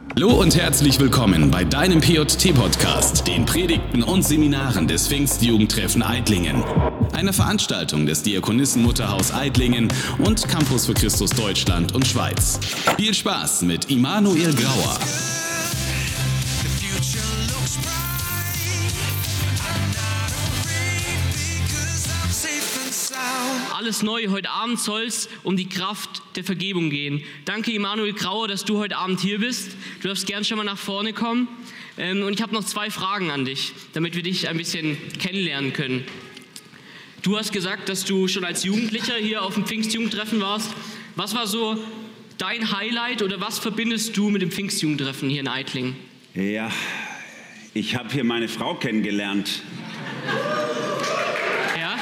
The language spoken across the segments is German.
Hallo und herzlich willkommen bei deinem PJT-Podcast, den Predigten und Seminaren des Pfingstjugendtreffen Aidlingen. Eine Veranstaltung des Diakonissenmutterhaus Aidlingen und Campus für Christus Deutschland und Schweiz. Viel Spaß mit Immanuel Grauer. Alles neu, heute Abend soll es um die Kraft der Vergebung gehen. Danke Immanuel Grauer, dass du heute Abend hier bist. Du darfst gern schon mal nach vorne kommen. Und ich habe noch 2 Fragen an dich, damit wir dich ein bisschen kennenlernen können. Du hast gesagt, dass du schon als Jugendlicher hier auf dem Pfingstjugendtreffen warst. Was war so dein Highlight oder was verbindest du mit dem Pfingstjugendtreffen hier in Aidlingen? Ja, ich habe hier meine Frau kennengelernt. Ja?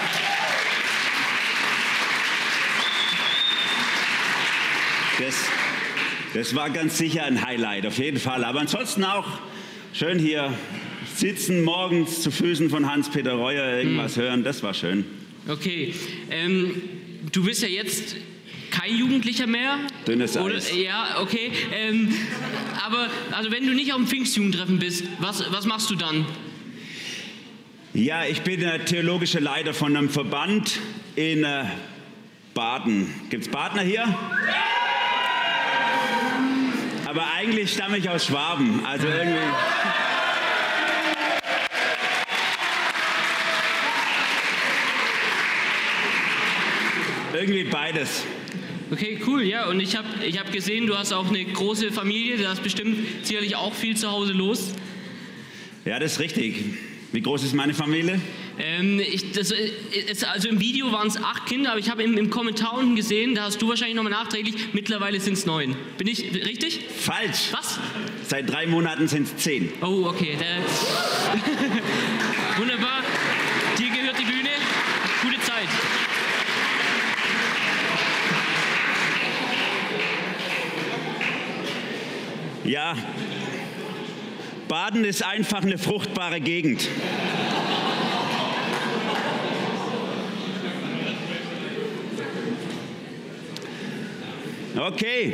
Das war ganz sicher ein Highlight, auf jeden Fall. Aber ansonsten auch schön hier sitzen, morgens zu Füßen von Hans-Peter Reuer irgendwas hören, das war schön. Okay, du bist ja jetzt kein Jugendlicher mehr. Dünnes Eis. Ja, okay. Aber also wenn du nicht auf dem Pfingstjugendtreffen bist, was machst du dann? Ja, ich bin der theologische Leiter von einem Verband in Baden. Gibt's Badener hier? Aber eigentlich stamme ich aus Schwaben, also irgendwie beides. Okay, cool, ja. Und ich hab gesehen, du hast auch eine große Familie, da ist bestimmt sicherlich auch viel zu Hause los. Ja, das ist richtig. Wie groß ist meine Familie? Also im Video waren es 8 Kinder, aber ich habe im Kommentar unten gesehen, da hast du wahrscheinlich nochmal nachträglich, mittlerweile sind es 9. Bin ich richtig? Falsch. Was? Seit 3 Monaten sind es 10. Oh, okay. Wunderbar. Dir gehört die Bühne. Gute Zeit. Ja, Baden ist einfach eine fruchtbare Gegend. Okay.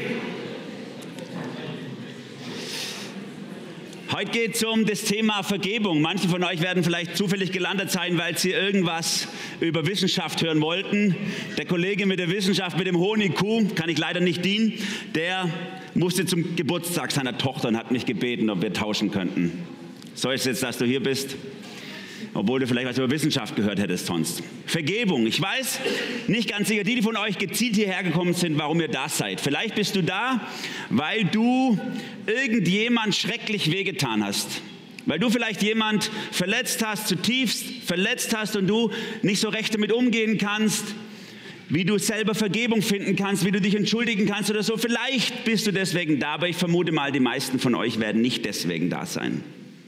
Heute geht es um das Thema Vergebung. Manche von euch werden vielleicht zufällig gelandet sein, weil sie irgendwas über Wissenschaft hören wollten. Der Kollege mit der Wissenschaft, mit dem hohen IQ, kann ich leider nicht dienen, der musste zum Geburtstag seiner Tochter und hat mich gebeten, ob wir tauschen könnten. So ist es jetzt, dass du hier bist, obwohl du vielleicht was über Wissenschaft gehört hättest sonst. Vergebung. Ich weiß nicht ganz sicher, die von euch gezielt hierher gekommen sind, warum ihr da seid. Vielleicht bist du da, weil du irgendjemand schrecklich wehgetan hast. Weil du vielleicht jemand verletzt hast, zutiefst verletzt hast und du nicht so recht damit umgehen kannst, wie du selber Vergebung finden kannst, wie du dich entschuldigen kannst oder so. Vielleicht bist du deswegen da, aber ich vermute mal, die meisten von euch werden nicht deswegen da sein.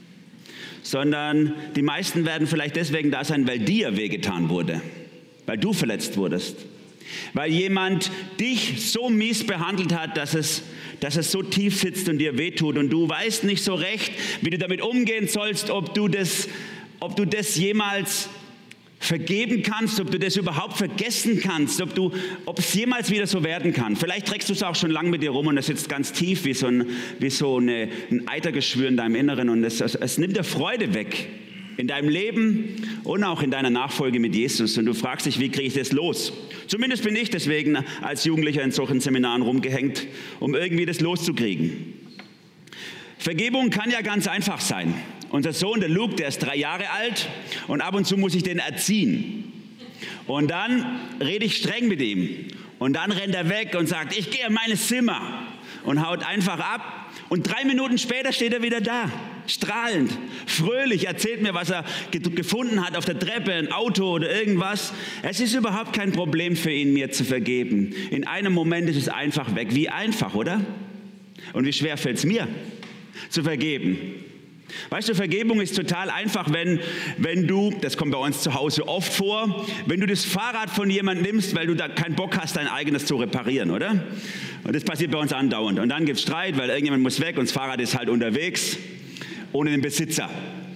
Sondern die meisten werden vielleicht deswegen da sein, weil dir wehgetan wurde, weil du verletzt wurdest, weil jemand dich so mies behandelt hat, dass es so tief sitzt und dir wehtut und du weißt nicht so recht, wie du damit umgehen sollst, ob du das jemals vergeben kannst, ob du das überhaupt vergessen kannst, ob es jemals wieder so werden kann. Vielleicht trägst du es auch schon lange mit dir rum und es sitzt ganz tief wie so ein Eitergeschwür in deinem Inneren und es nimmt dir Freude weg in deinem Leben und auch in deiner Nachfolge mit Jesus und du fragst dich, wie kriege ich das los? Zumindest bin ich deswegen als Jugendlicher in solchen Seminaren rumgehängt, um irgendwie das loszukriegen. Vergebung kann ja ganz einfach sein. Unser Sohn, der Luke, der ist 3 Jahre alt und ab und zu muss ich den erziehen. Und dann rede ich streng mit ihm. Und dann rennt er weg und sagt, ich gehe in mein Zimmer und haut einfach ab. Und 3 Minuten später steht er wieder da, strahlend, fröhlich, erzählt mir, was er gefunden hat auf der Treppe, ein Auto oder irgendwas. Es ist überhaupt kein Problem für ihn, mir zu vergeben. In einem Moment ist es einfach weg. Wie einfach, oder? Und wie schwer fällt es mir, zu vergeben? Weißt du, Vergebung ist total einfach, wenn du, das kommt bei uns zu Hause oft vor, wenn du das Fahrrad von jemandem nimmst, weil du da keinen Bock hast, dein eigenes zu reparieren, oder? Und das passiert bei uns andauernd. Und dann gibt es Streit, weil irgendjemand muss weg und das Fahrrad ist halt unterwegs, ohne den Besitzer.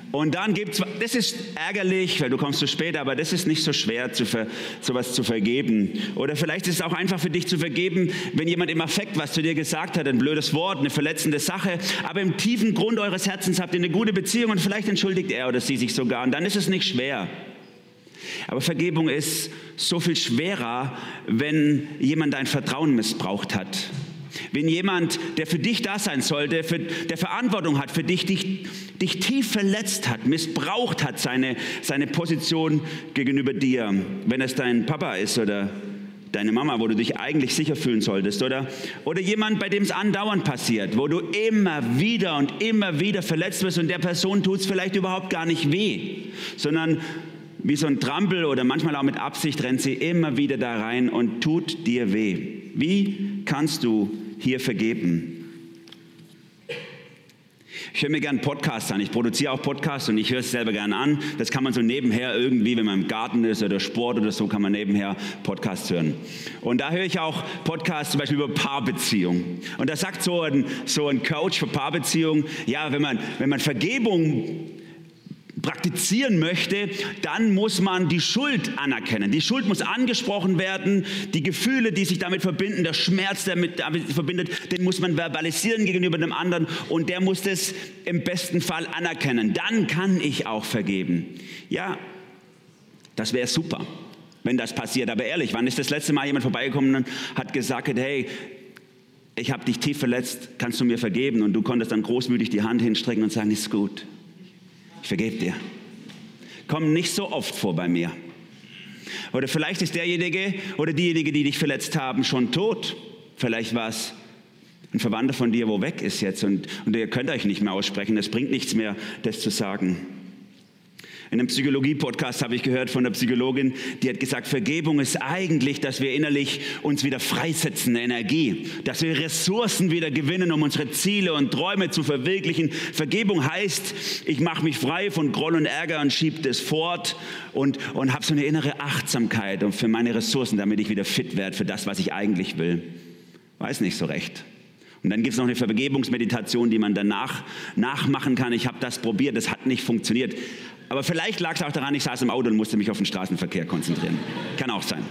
Und dann gibt's, das ist ärgerlich, weil du kommst zu spät, aber das ist nicht so schwer, sowas zu vergeben. Oder vielleicht ist es auch einfach für dich zu vergeben, wenn jemand im Affekt was zu dir gesagt hat, ein blödes Wort, eine verletzende Sache, aber im tiefen Grund eures Herzens habt ihr eine gute Beziehung und vielleicht entschuldigt er oder sie sich sogar und dann ist es nicht schwer. Aber Vergebung ist so viel schwerer, wenn jemand dein Vertrauen missbraucht hat. Wenn jemand, der für dich da sein sollte, der Verantwortung hat für dich tief verletzt hat, missbraucht hat seine Position gegenüber dir, wenn es dein Papa ist oder deine Mama, wo du dich eigentlich sicher fühlen solltest, oder jemand, bei dem es andauernd passiert, wo du immer wieder verletzt wirst und der Person tut es vielleicht überhaupt gar nicht weh, sondern wie so ein Trampel oder manchmal auch mit Absicht rennt sie immer wieder da rein und tut dir weh. Wie kannst du hier vergeben? Ich höre mir gerne Podcasts an. Ich produziere auch Podcasts und ich höre es selber gerne an. Das kann man so nebenher irgendwie, wenn man im Garten ist oder Sport oder so, kann man nebenher Podcasts hören. Und da höre ich auch Podcasts zum Beispiel über Paarbeziehung. Und da sagt so ein Coach für Paarbeziehung, ja, wenn man Vergebung praktizieren möchte, dann muss man die Schuld anerkennen. Die Schuld muss angesprochen werden, die Gefühle, die sich damit verbinden, der Schmerz, der damit verbindet, den muss man verbalisieren gegenüber dem anderen und der muss das im besten Fall anerkennen. Dann kann ich auch vergeben. Ja, das wäre super, wenn das passiert. Aber ehrlich, wann ist das letzte Mal jemand vorbeigekommen und hat gesagt, hey, ich habe dich tief verletzt, kannst du mir vergeben? Und du konntest dann großmütig die Hand hinstrecken und sagen, ist gut. Ich vergebe dir. Kommt nicht so oft vor bei mir. Oder vielleicht ist derjenige oder diejenige, die dich verletzt haben, schon tot. Vielleicht war es ein Verwandter von dir, wo weg ist jetzt und ihr könnt euch nicht mehr aussprechen. Es bringt nichts mehr, das zu sagen. In einem Psychologie-Podcast habe ich gehört von einer Psychologin, die hat gesagt, Vergebung ist eigentlich, dass wir innerlich uns wieder freisetzen, Energie, dass wir Ressourcen wieder gewinnen, um unsere Ziele und Träume zu verwirklichen. Vergebung heißt, ich mache mich frei von Groll und Ärger und schiebe das fort und habe so eine innere Achtsamkeit und für meine Ressourcen, damit ich wieder fit werde für das, was ich eigentlich will. Weiß nicht so recht. Und dann gibt es noch eine Vergebungsmeditation, die man danach nachmachen kann. Ich habe das probiert, das hat nicht funktioniert. Aber vielleicht lag es auch daran, ich saß im Auto und musste mich auf den Straßenverkehr konzentrieren. Kann auch sein.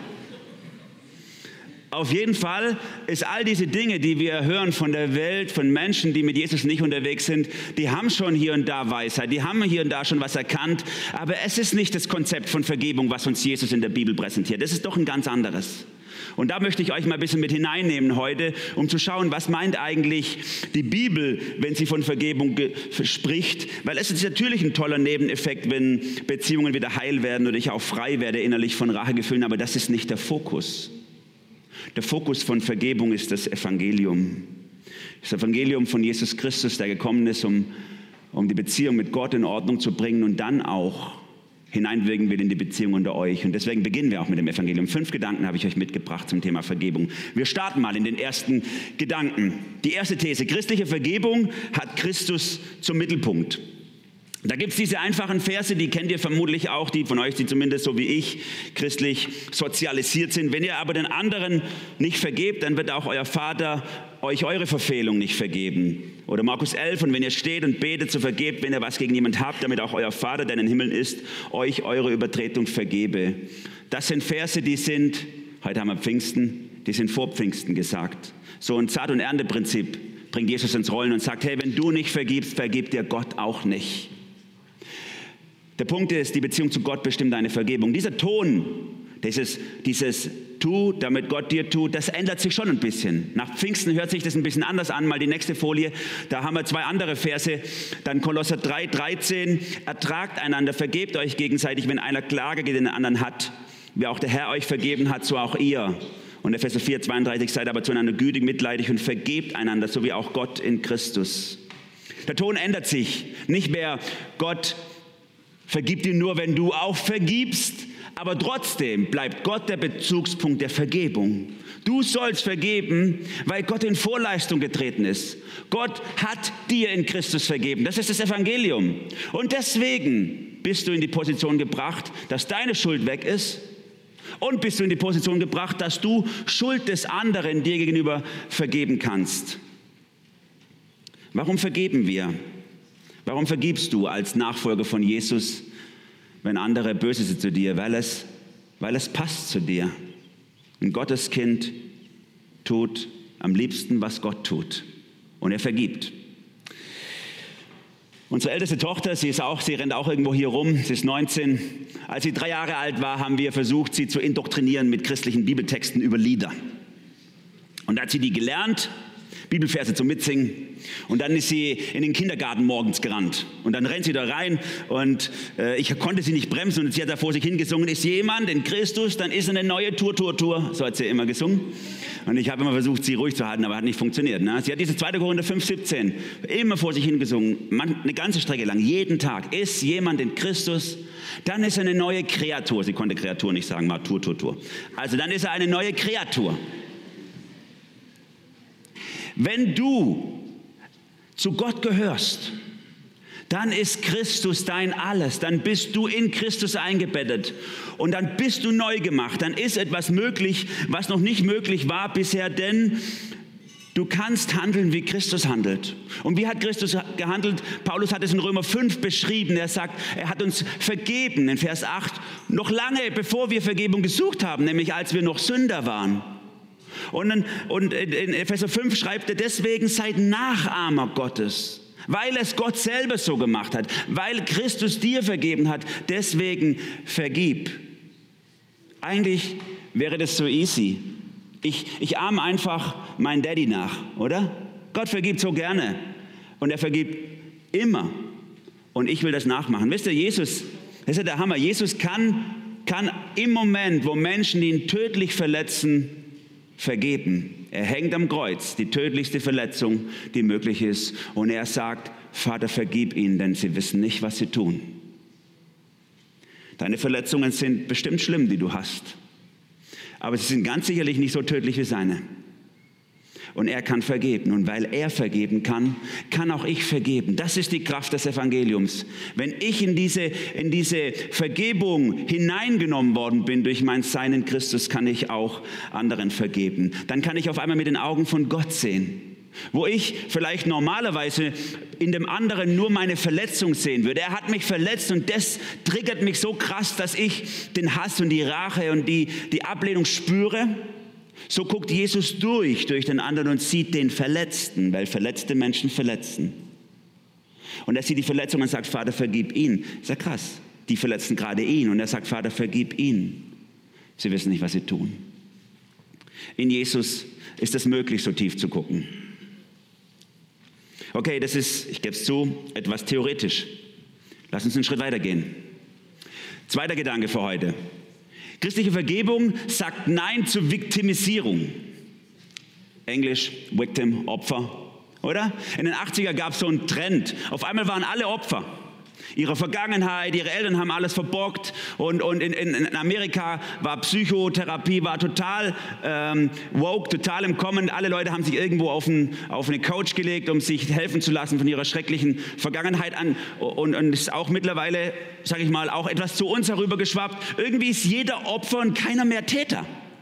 Auf jeden Fall ist all diese Dinge, die wir hören von der Welt, von Menschen, die mit Jesus nicht unterwegs sind, die haben schon hier und da Weisheit, die haben hier und da schon was erkannt. Aber es ist nicht das Konzept von Vergebung, was uns Jesus in der Bibel präsentiert. Das ist doch ein ganz anderes. Und da möchte ich euch mal ein bisschen mit hineinnehmen heute, um zu schauen, was meint eigentlich die Bibel, wenn sie von Vergebung spricht. Weil es ist natürlich ein toller Nebeneffekt, wenn Beziehungen wieder heil werden oder ich auch frei werde innerlich von Rachegefühlen, aber das ist nicht der Fokus. Der Fokus von Vergebung ist das Evangelium. Das Evangelium von Jesus Christus, der gekommen ist, um die Beziehung mit Gott in Ordnung zu bringen und dann auch hineinwirken will in die Beziehung unter euch. Und deswegen beginnen wir auch mit dem Evangelium. 5 Gedanken habe ich euch mitgebracht zum Thema Vergebung. Wir starten mal in den ersten Gedanken. Die erste These, christliche Vergebung hat Christus zum Mittelpunkt. Da gibt es diese einfachen Verse, die kennt ihr vermutlich auch, die von euch, die zumindest so wie ich christlich sozialisiert sind. Wenn ihr aber den anderen nicht vergebt, dann wird auch euer Vater euch eure Verfehlung nicht vergeben. Oder Markus 11, und wenn ihr steht und betet, so vergebt, wenn ihr was gegen jemand habt, damit auch euer Vater, der in den Himmeln ist, euch eure Übertretung vergebe. Das sind Verse, die sind, heute haben wir Pfingsten, die sind vor Pfingsten gesagt. So ein Saat- und Ernteprinzip bringt Jesus ins Rollen und sagt, hey, wenn du nicht vergibst, vergibt dir Gott auch nicht. Der Punkt ist, die Beziehung zu Gott bestimmt deine Vergebung. Dieser Ton, dieses Tu, damit Gott dir tut, das ändert sich schon ein bisschen. Nach Pfingsten hört sich das ein bisschen anders an. Mal die nächste Folie, da haben wir 2 andere Verse. Dann Kolosser 3,13, ertragt einander, vergebt euch gegenseitig, wenn einer Klage gegen den anderen hat. Wie auch der Herr euch vergeben hat, so auch ihr. Und Epheser 4,32, seid aber zueinander gütig, mitleidig und vergebt einander, so wie auch Gott in Christus. Der Ton ändert sich. Nicht mehr Gott vergib dir nur, wenn du auch vergibst, aber trotzdem bleibt Gott der Bezugspunkt der Vergebung. Du sollst vergeben, weil Gott in Vorleistung getreten ist. Gott hat dir in Christus vergeben. Das ist das Evangelium. Und deswegen bist du in die Position gebracht, dass deine Schuld weg ist und bist du in die Position gebracht, dass du Schuld des anderen dir gegenüber vergeben kannst. Warum vergeben wir? Warum vergibst du als Nachfolger von Jesus, wenn andere böse sind zu dir? Weil es passt zu dir. Ein Gotteskind tut am liebsten, was Gott tut. Und er vergibt. Unsere älteste Tochter, sie rennt auch irgendwo hier rum, sie ist 19. Als sie 3 Jahre alt war, haben wir versucht, sie zu indoktrinieren mit christlichen Bibeltexten über Lieder. Und da hat sie die gelernt, Bibelverse zum Mitsingen. Und dann ist sie in den Kindergarten morgens gerannt. Und dann rennt sie da rein und ich konnte sie nicht bremsen. Und sie hat da vor sich hingesungen, ist jemand in Christus, dann ist eine neue Tour. So hat sie immer gesungen. Und ich habe immer versucht, sie ruhig zu halten, aber hat nicht funktioniert. Ne? Sie hat diese 2. Korinther 5,17 immer vor sich hingesungen, eine ganze Strecke lang, jeden Tag. Ist jemand in Christus, dann ist er eine neue Kreatur. Sie konnte Kreatur nicht sagen, mal Tour. Also dann ist er eine neue Kreatur. Wenn du zu Gott gehörst, dann ist Christus dein Alles. Dann bist du in Christus eingebettet und dann bist du neu gemacht. Dann ist etwas möglich, was noch nicht möglich war bisher, denn du kannst handeln, wie Christus handelt. Und wie hat Christus gehandelt? Paulus hat es in Römer 5 beschrieben. Er sagt, er hat uns vergeben, in Vers 8, noch lange bevor wir Vergebung gesucht haben, nämlich als wir noch Sünder waren. Und in Epheser 5 schreibt er, deswegen seid Nachahmer Gottes, weil es Gott selber so gemacht hat, weil Christus dir vergeben hat, deswegen vergib. Eigentlich wäre das so easy. Ich ahme einfach meinen Daddy nach, oder? Gott vergibt so gerne und er vergibt immer und ich will das nachmachen. Wisst ihr, Jesus, das ist ja der Hammer, Jesus kann im Moment, wo Menschen ihn tödlich verletzen, vergeben. Er hängt am Kreuz, die tödlichste Verletzung, die möglich ist. Und er sagt, Vater, vergib ihnen, denn sie wissen nicht, was sie tun. Deine Verletzungen sind bestimmt schlimm, die du hast. Aber sie sind ganz sicherlich nicht so tödlich wie seine. Und er kann vergeben. Und weil er vergeben kann, kann auch ich vergeben. Das ist die Kraft des Evangeliums. Wenn ich in diese Vergebung hineingenommen worden bin durch mein Sein in Christus, kann ich auch anderen vergeben. Dann kann ich auf einmal mit den Augen von Gott sehen. Wo ich vielleicht normalerweise in dem anderen nur meine Verletzung sehen würde. Er hat mich verletzt und das triggert mich so krass, dass ich den Hass und die Rache und die Ablehnung spüre. So guckt Jesus durch den anderen und sieht den Verletzten, weil verletzte Menschen verletzen. Und er sieht die Verletzung und sagt, Vater, vergib ihn. Ist ja krass, die verletzen gerade ihn und er sagt, Vater, vergib ihn. Sie wissen nicht, was sie tun. In Jesus ist es möglich, so tief zu gucken. Okay, das ist, ich gebe es zu, etwas theoretisch. Lass uns einen Schritt weitergehen. 2. Gedanke für heute. Christliche Vergebung sagt Nein zur Viktimisierung. Englisch, Victim, Opfer, oder? In den 80er gab es so einen Trend. Auf einmal waren alle Opfer ihrer Vergangenheit, ihre Eltern haben alles verbockt und in Amerika war Psychotherapie, war total woke, total im Kommen. Alle Leute haben sich irgendwo auf eine Couch gelegt, um sich helfen zu lassen von ihrer schrecklichen Vergangenheit an und ist auch mittlerweile, sage ich mal, auch etwas zu uns herübergeschwappt. Irgendwie ist jeder Opfer und keiner mehr Täter.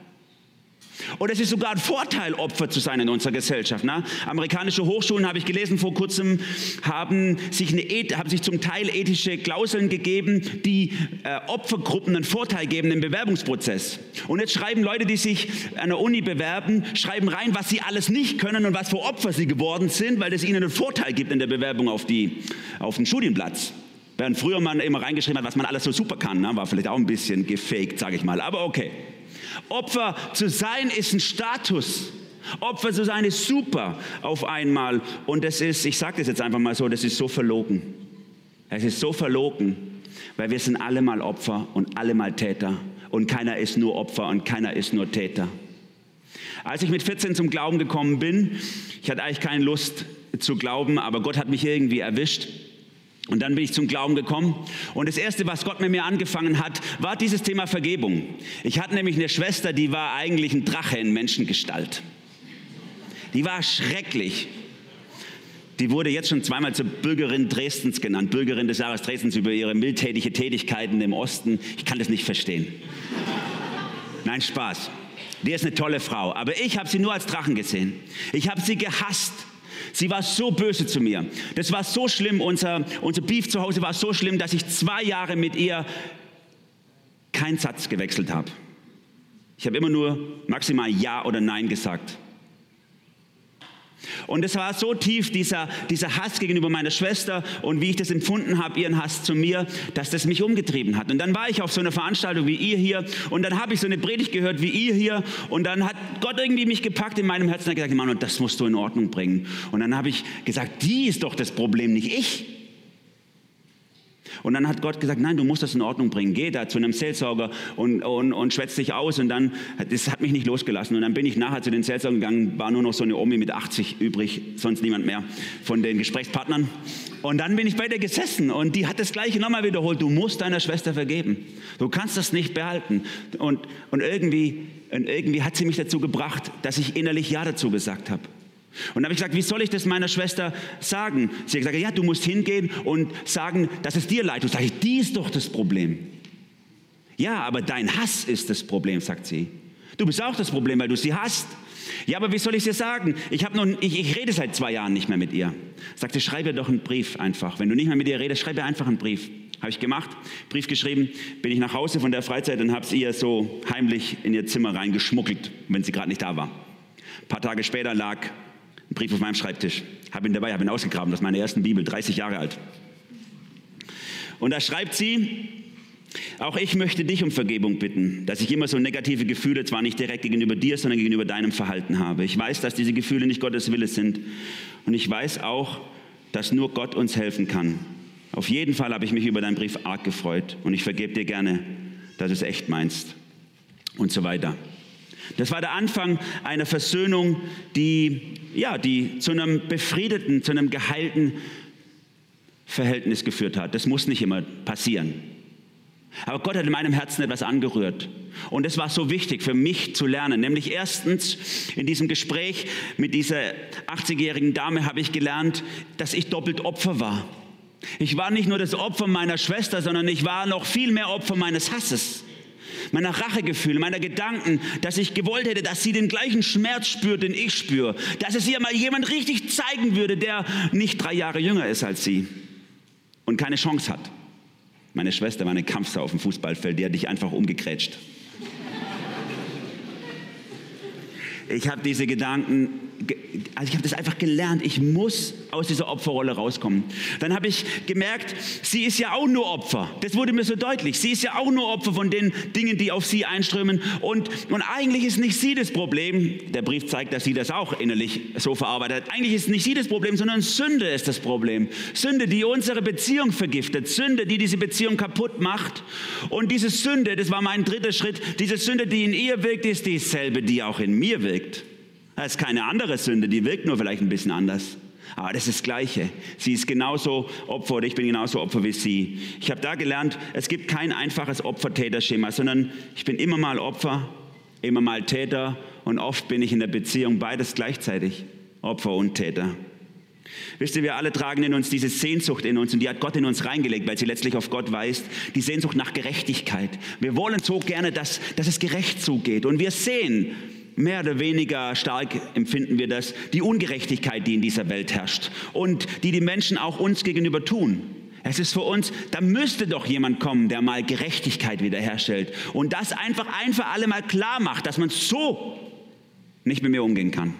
Und es ist sogar ein Vorteil, Opfer zu sein in unserer Gesellschaft. Ne? Amerikanische Hochschulen, habe ich gelesen vor kurzem, haben sich zum Teil ethische Klauseln gegeben, die Opfergruppen einen Vorteil geben im Bewerbungsprozess. Und jetzt schreiben Leute, die sich an der Uni bewerben, schreiben rein, was sie alles nicht können und was für Opfer sie geworden sind, weil es ihnen einen Vorteil gibt in der Bewerbung auf den Studienplatz. Während früher man immer reingeschrieben hat, was man alles so super kann, ne? War vielleicht auch ein bisschen gefaked, sage ich mal, aber okay. Opfer zu sein ist ein Status. Opfer zu sein ist super auf einmal. Und das ist, ich sage das jetzt einfach mal so, das ist so verlogen. Es ist so verlogen, weil wir sind alle mal Opfer und alle mal Täter. Und keiner ist nur Opfer und keiner ist nur Täter. Als ich mit 14 zum Glauben gekommen bin, ich hatte eigentlich keine Lust zu glauben, aber Gott hat mich irgendwie erwischt. Und dann bin ich zum Glauben gekommen und das Erste, was Gott mit mir angefangen hat, war dieses Thema Vergebung. Ich hatte nämlich eine Schwester, die war eigentlich ein Drache in Menschengestalt. Die war schrecklich. Die wurde jetzt schon zweimal zur Bürgerin Dresdens genannt, Bürgerin des Jahres Dresdens über ihre mildtätige Tätigkeiten im Osten. Ich kann das nicht verstehen. Nein, Spaß. Die ist eine tolle Frau, aber ich habe sie nur als Drachen gesehen. Ich habe sie gehasst. Sie war so böse zu mir. Das war so schlimm, unser Beef zu Hause war so schlimm, dass ich 2 Jahre mit ihr keinen Satz gewechselt habe. Ich habe immer nur maximal Ja oder Nein gesagt. Und es war so tief, dieser Hass gegenüber meiner Schwester und wie ich das empfunden habe, ihren Hass zu mir, dass das mich umgetrieben hat. Und dann war ich auf so einer Veranstaltung wie ihr hier und dann habe ich so eine Predigt gehört wie ihr hier und dann hat Gott irgendwie mich gepackt in meinem Herzen und hat gesagt, Mann, das musst du in Ordnung bringen. Und dann habe ich gesagt, die ist doch das Problem, nicht ich. Und dann hat Gott gesagt, nein, du musst das in Ordnung bringen. Geh da zu einem Seelsorger und schwätz dich aus. Und dann, das hat mich nicht losgelassen. Und dann bin ich nachher zu den Seelsorgern gegangen, war nur noch so eine Omi mit 80 übrig, sonst niemand mehr von den Gesprächspartnern. Und dann bin ich bei der gesessen und die hat das Gleiche nochmal wiederholt. Du musst deiner Schwester vergeben. Du kannst das nicht behalten. Und irgendwie hat sie mich dazu gebracht, dass ich innerlich Ja dazu gesagt habe. Und dann habe ich gesagt, wie soll ich das meiner Schwester sagen? Sie hat gesagt, ja, du musst hingehen und sagen, dass es dir leid tut. Sag ich, die ist doch das Problem. Ja, aber dein Hass ist das Problem, sagt sie. Du bist auch das Problem, weil du sie hasst. Ja, aber wie soll ich es dir sagen? Ich rede seit 2 Jahren nicht mehr mit ihr. Sagt sie, schreib ihr doch einen Brief einfach. Wenn du nicht mehr mit ihr redest, schreib ihr einfach einen Brief. Habe ich gemacht, Brief geschrieben, bin ich nach Hause von der Freizeit und habe es ihr so heimlich in ihr Zimmer reingeschmuggelt, wenn sie gerade nicht da war. Ein paar Tage später lag ein Brief auf meinem Schreibtisch. Habe ihn dabei, habe ihn ausgegraben. Das ist meine erste Bibel, 30 Jahre alt. Und da schreibt sie, auch ich möchte dich um Vergebung bitten, dass ich immer so negative Gefühle, zwar nicht direkt gegenüber dir, sondern gegenüber deinem Verhalten habe. Ich weiß, dass diese Gefühle nicht Gottes Wille sind. Und ich weiß auch, dass nur Gott uns helfen kann. Auf jeden Fall habe ich mich über deinen Brief arg gefreut. Und ich vergebe dir gerne, dass du es echt meinst. Und so weiter. Das war der Anfang einer Versöhnung, die zu einem befriedeten, zu einem geheilten Verhältnis geführt hat. Das muss nicht immer passieren. Aber Gott hat in meinem Herzen etwas angerührt. Und es war so wichtig für mich zu lernen. Nämlich erstens, in diesem Gespräch mit dieser 80-jährigen Dame habe ich gelernt, dass ich doppelt Opfer war. Ich war nicht nur das Opfer meiner Schwester, sondern ich war noch viel mehr Opfer meines Hasses. Meiner Rachegefühle, meiner Gedanken, dass ich gewollt hätte, dass sie den gleichen Schmerz spürt, den ich spüre. Dass es ihr mal jemand richtig zeigen würde, der nicht 3 Jahre jünger ist als sie und keine Chance hat. Meine Schwester war eine Kampfsau auf dem Fußballfeld, die hat dich einfach umgegrätscht. Ich habe diese Gedanken, ich habe das einfach gelernt, ich muss aus dieser Opferrolle rauskommen. Dann habe ich gemerkt, sie ist ja auch nur Opfer. Das wurde mir so deutlich. Sie ist ja auch nur Opfer von den Dingen, die auf sie einströmen. Und eigentlich ist nicht sie das Problem. Der Brief zeigt, dass sie das auch innerlich so verarbeitet hat. Eigentlich ist nicht sie das Problem, sondern Sünde ist das Problem. Sünde, die unsere Beziehung vergiftet. Sünde, die diese Beziehung kaputt macht. Und diese Sünde, das war mein 3. Schritt, diese Sünde, die in ihr wirkt, ist dieselbe, die auch in mir wirkt. Das ist keine andere Sünde, die wirkt nur vielleicht ein bisschen anders. Aber das ist das Gleiche. Sie ist genauso Opfer oder ich bin genauso Opfer wie sie. Ich habe da gelernt, es gibt kein einfaches Opfer-Täter-Schema, sondern ich bin immer mal Opfer, immer mal Täter und oft bin ich in der Beziehung beides gleichzeitig, Opfer und Täter. Wisst ihr, wir alle tragen in uns diese Sehnsucht in uns und die hat Gott in uns reingelegt, weil sie letztlich auf Gott weist, die Sehnsucht nach Gerechtigkeit. Wir wollen so gerne, dass es gerecht zugeht und wir sehen, mehr oder weniger stark empfinden wir das, die Ungerechtigkeit, die in dieser Welt herrscht und die Menschen auch uns gegenüber tun. Es ist für uns, da müsste doch jemand kommen, der mal Gerechtigkeit wiederherstellt und das einfach ein für alle Mal klar macht, dass man so nicht mit mir umgehen kann.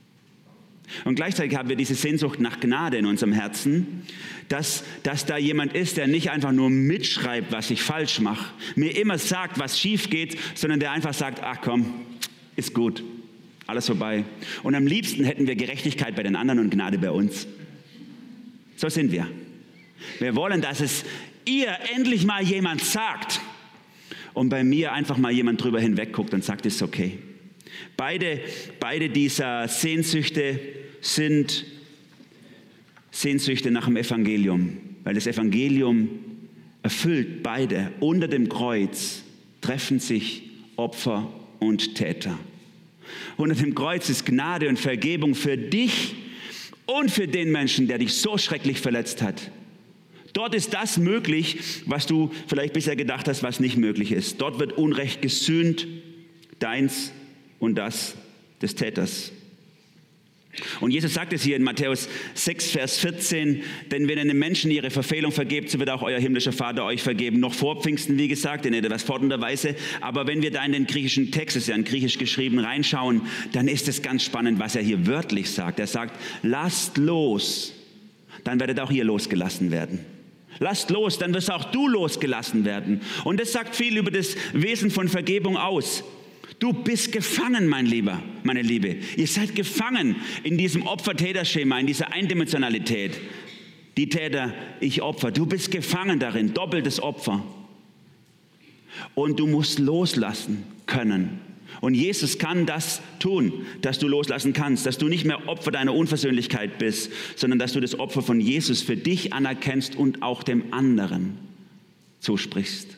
Und gleichzeitig haben wir diese Sehnsucht nach Gnade in unserem Herzen, dass da jemand ist, der nicht einfach nur mitschreibt, was ich falsch mache, mir immer sagt, was schief geht, sondern der einfach sagt, ach komm, ist gut, alles vorbei. Und am liebsten hätten wir Gerechtigkeit bei den anderen und Gnade bei uns. So sind wir. Wir wollen, dass es ihr endlich mal jemand sagt und bei mir einfach mal jemand drüber hinwegguckt und sagt, ist okay. Beide dieser Sehnsüchte sind Sehnsüchte nach dem Evangelium, weil das Evangelium erfüllt beide. Unter dem Kreuz treffen sich Opfer und Täter. Unter dem Kreuz ist Gnade und Vergebung für dich und für den Menschen, der dich so schrecklich verletzt hat. Dort ist das möglich, was du vielleicht bisher gedacht hast, was nicht möglich ist. Dort wird Unrecht gesühnt, deins und das des Täters. Und Jesus sagt es hier in Matthäus 6, Vers 14, denn wenn ihr den Menschen ihre Verfehlung vergebt, so wird auch euer himmlischer Vater euch vergeben. Noch vor Pfingsten, wie gesagt, in etwas fordernder Weise. Aber wenn wir da in den griechischen Text, das ist ja in Griechisch geschrieben, reinschauen, dann ist es ganz spannend, was er hier wörtlich sagt. Er sagt, lasst los, dann werdet auch ihr losgelassen werden. Lasst los, dann wirst auch du losgelassen werden. Und das sagt viel über das Wesen von Vergebung aus. Du bist gefangen, mein Lieber, meine Liebe. Ihr seid gefangen in diesem Opfer-Täter-Schema, in dieser Eindimensionalität. Die Täter, ich Opfer. Du bist gefangen darin, doppeltes Opfer. Und du musst loslassen können. Und Jesus kann das tun, dass du loslassen kannst, dass du nicht mehr Opfer deiner Unversöhnlichkeit bist, sondern dass du das Opfer von Jesus für dich anerkennst und auch dem anderen zusprichst.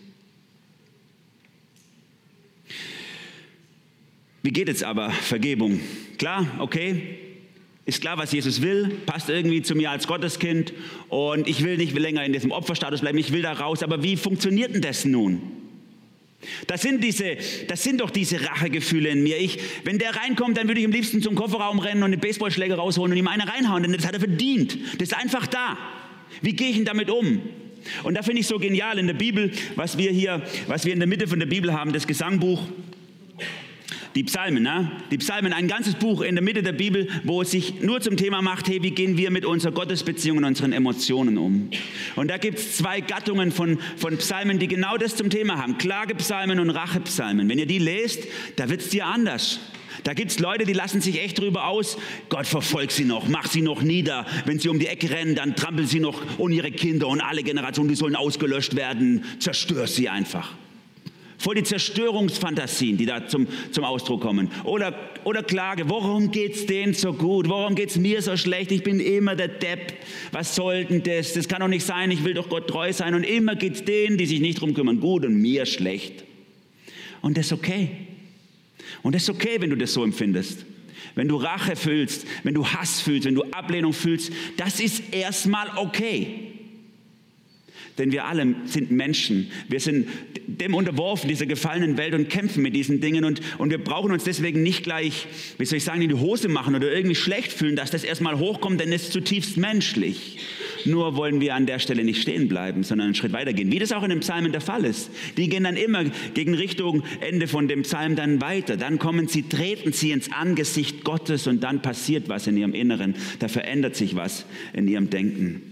Wie geht jetzt aber Vergebung? Klar, okay, ist klar, was Jesus will, passt irgendwie zu mir als Gotteskind und ich will nicht länger in diesem Opferstatus bleiben, ich will da raus, aber wie funktioniert denn das nun? Das sind doch diese Rachegefühle in mir. Wenn der reinkommt, dann würde ich am liebsten zum Kofferraum rennen und einen Baseballschläger rausholen und ihm eine reinhauen, denn das hat er verdient. Das ist einfach da. Wie gehe ich denn damit um? Und da finde ich so genial in der Bibel, was wir in der Mitte von der Bibel haben, das Gesangbuch. Die Psalmen, Die Psalmen, ein ganzes Buch in der Mitte der Bibel, wo es sich nur zum Thema macht, hey, wie gehen wir mit unserer Gottesbeziehung und unseren Emotionen um? Und da gibt es 2 Gattungen von Psalmen, die genau das zum Thema haben. Klagepsalmen und Rachepsalmen. Wenn ihr die lest, da wird es dir anders. Da gibt es Leute, die lassen sich echt drüber aus, Gott verfolgt sie noch, mach sie noch nieder. Wenn sie um die Ecke rennen, dann trampeln sie noch und ihre Kinder und alle Generationen, die sollen ausgelöscht werden. Zerstör sie einfach. Voll die Zerstörungsfantasien, die da zum Ausdruck kommen. Oder Klage, warum geht's denen so gut? Warum geht's mir so schlecht? Ich bin immer der Depp. Was soll denn das? Das kann doch nicht sein, ich will doch Gott treu sein. Und immer geht's denen, die sich nicht drum kümmern, gut und mir schlecht. Und das ist okay. Und das ist okay, wenn du das so empfindest. Wenn du Rache fühlst, wenn du Hass fühlst, wenn du Ablehnung fühlst, das ist erstmal okay. Denn wir alle sind Menschen. Wir sind dem unterworfen, dieser gefallenen Welt und kämpfen mit diesen Dingen. Und wir brauchen uns deswegen nicht gleich, wie soll ich sagen, in die Hose machen oder irgendwie schlecht fühlen, dass das erstmal hochkommt, denn es ist zutiefst menschlich. Nur wollen wir an der Stelle nicht stehen bleiben, sondern einen Schritt weitergehen. Wie das auch in den Psalmen der Fall ist. Die gehen dann immer gegen Richtung Ende von dem Psalm dann weiter. Dann treten sie ins Angesicht Gottes und dann passiert was in ihrem Inneren. Da verändert sich was in ihrem Denken.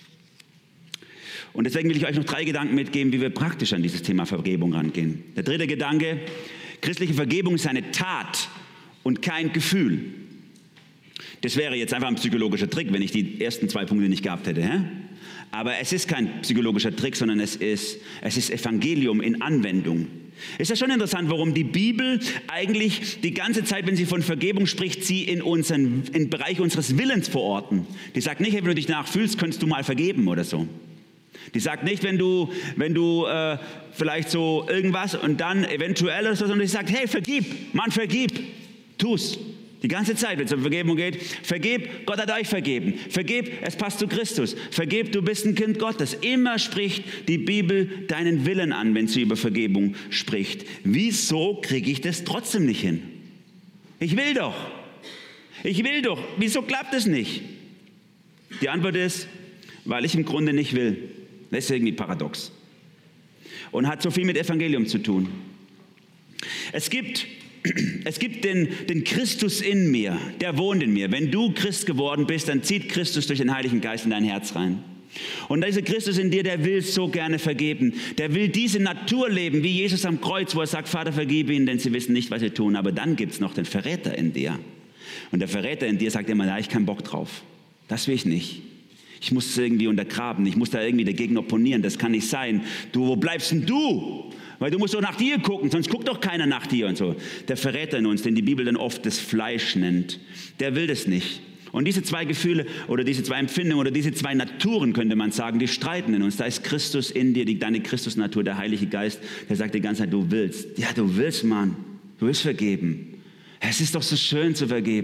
Und deswegen will ich euch noch 3 Gedanken mitgeben, wie wir praktisch an dieses Thema Vergebung rangehen. Der 3. Gedanke, christliche Vergebung ist eine Tat und kein Gefühl. Das wäre jetzt einfach ein psychologischer Trick, wenn ich die ersten 2 Punkte nicht gehabt hätte. Aber es ist kein psychologischer Trick, sondern es ist Evangelium in Anwendung. Ist ja schon interessant, warum die Bibel eigentlich die ganze Zeit, wenn sie von Vergebung spricht, sie in Bereich unseres Willens verorten. Die sagt nicht, hey, wenn du dich nachfühlst, könntest du mal vergeben oder so. Die sagt nicht, wenn du vielleicht so irgendwas und dann eventuell oder so, sondern die sagt, hey, vergib, Mann, vergib, tu's. Die ganze Zeit, wenn es um Vergebung geht, vergib, Gott hat euch vergeben. Vergib, es passt zu Christus. Vergib, du bist ein Kind Gottes. Immer spricht die Bibel deinen Willen an, wenn sie über Vergebung spricht. Wieso kriege ich das trotzdem nicht hin? Ich will doch. Wieso klappt es nicht? Die Antwort ist, weil ich im Grunde nicht will. Das ist irgendwie paradox. Und hat so viel mit Evangelium zu tun. Es gibt den Christus in mir, der wohnt in mir. Wenn du Christ geworden bist, dann zieht Christus durch den Heiligen Geist in dein Herz rein. Und dieser Christus in dir, der will so gerne vergeben. Der will diese Natur leben, wie Jesus am Kreuz, wo er sagt, Vater, vergib ihnen, denn sie wissen nicht, was sie tun. Aber dann gibt es noch den Verräter in dir. Und der Verräter in dir sagt immer, da habe ich keinen Bock drauf. Das will ich nicht. Ich muss es irgendwie untergraben, ich muss da irgendwie dagegen opponieren, das kann nicht sein. Du, wo bleibst denn du? Weil du musst doch nach dir gucken, sonst guckt doch keiner nach dir und so. Der Verräter in uns, den die Bibel dann oft das Fleisch nennt, der will das nicht. Und diese 2 Gefühle oder diese 2 Empfindungen oder diese 2 Naturen, könnte man sagen, die streiten in uns. Da ist Christus in dir, deine Christusnatur, der Heilige Geist, der sagt die ganze Zeit, du willst. Ja, du willst, Mann. Du willst vergeben. Es ist doch so schön zu vergeben.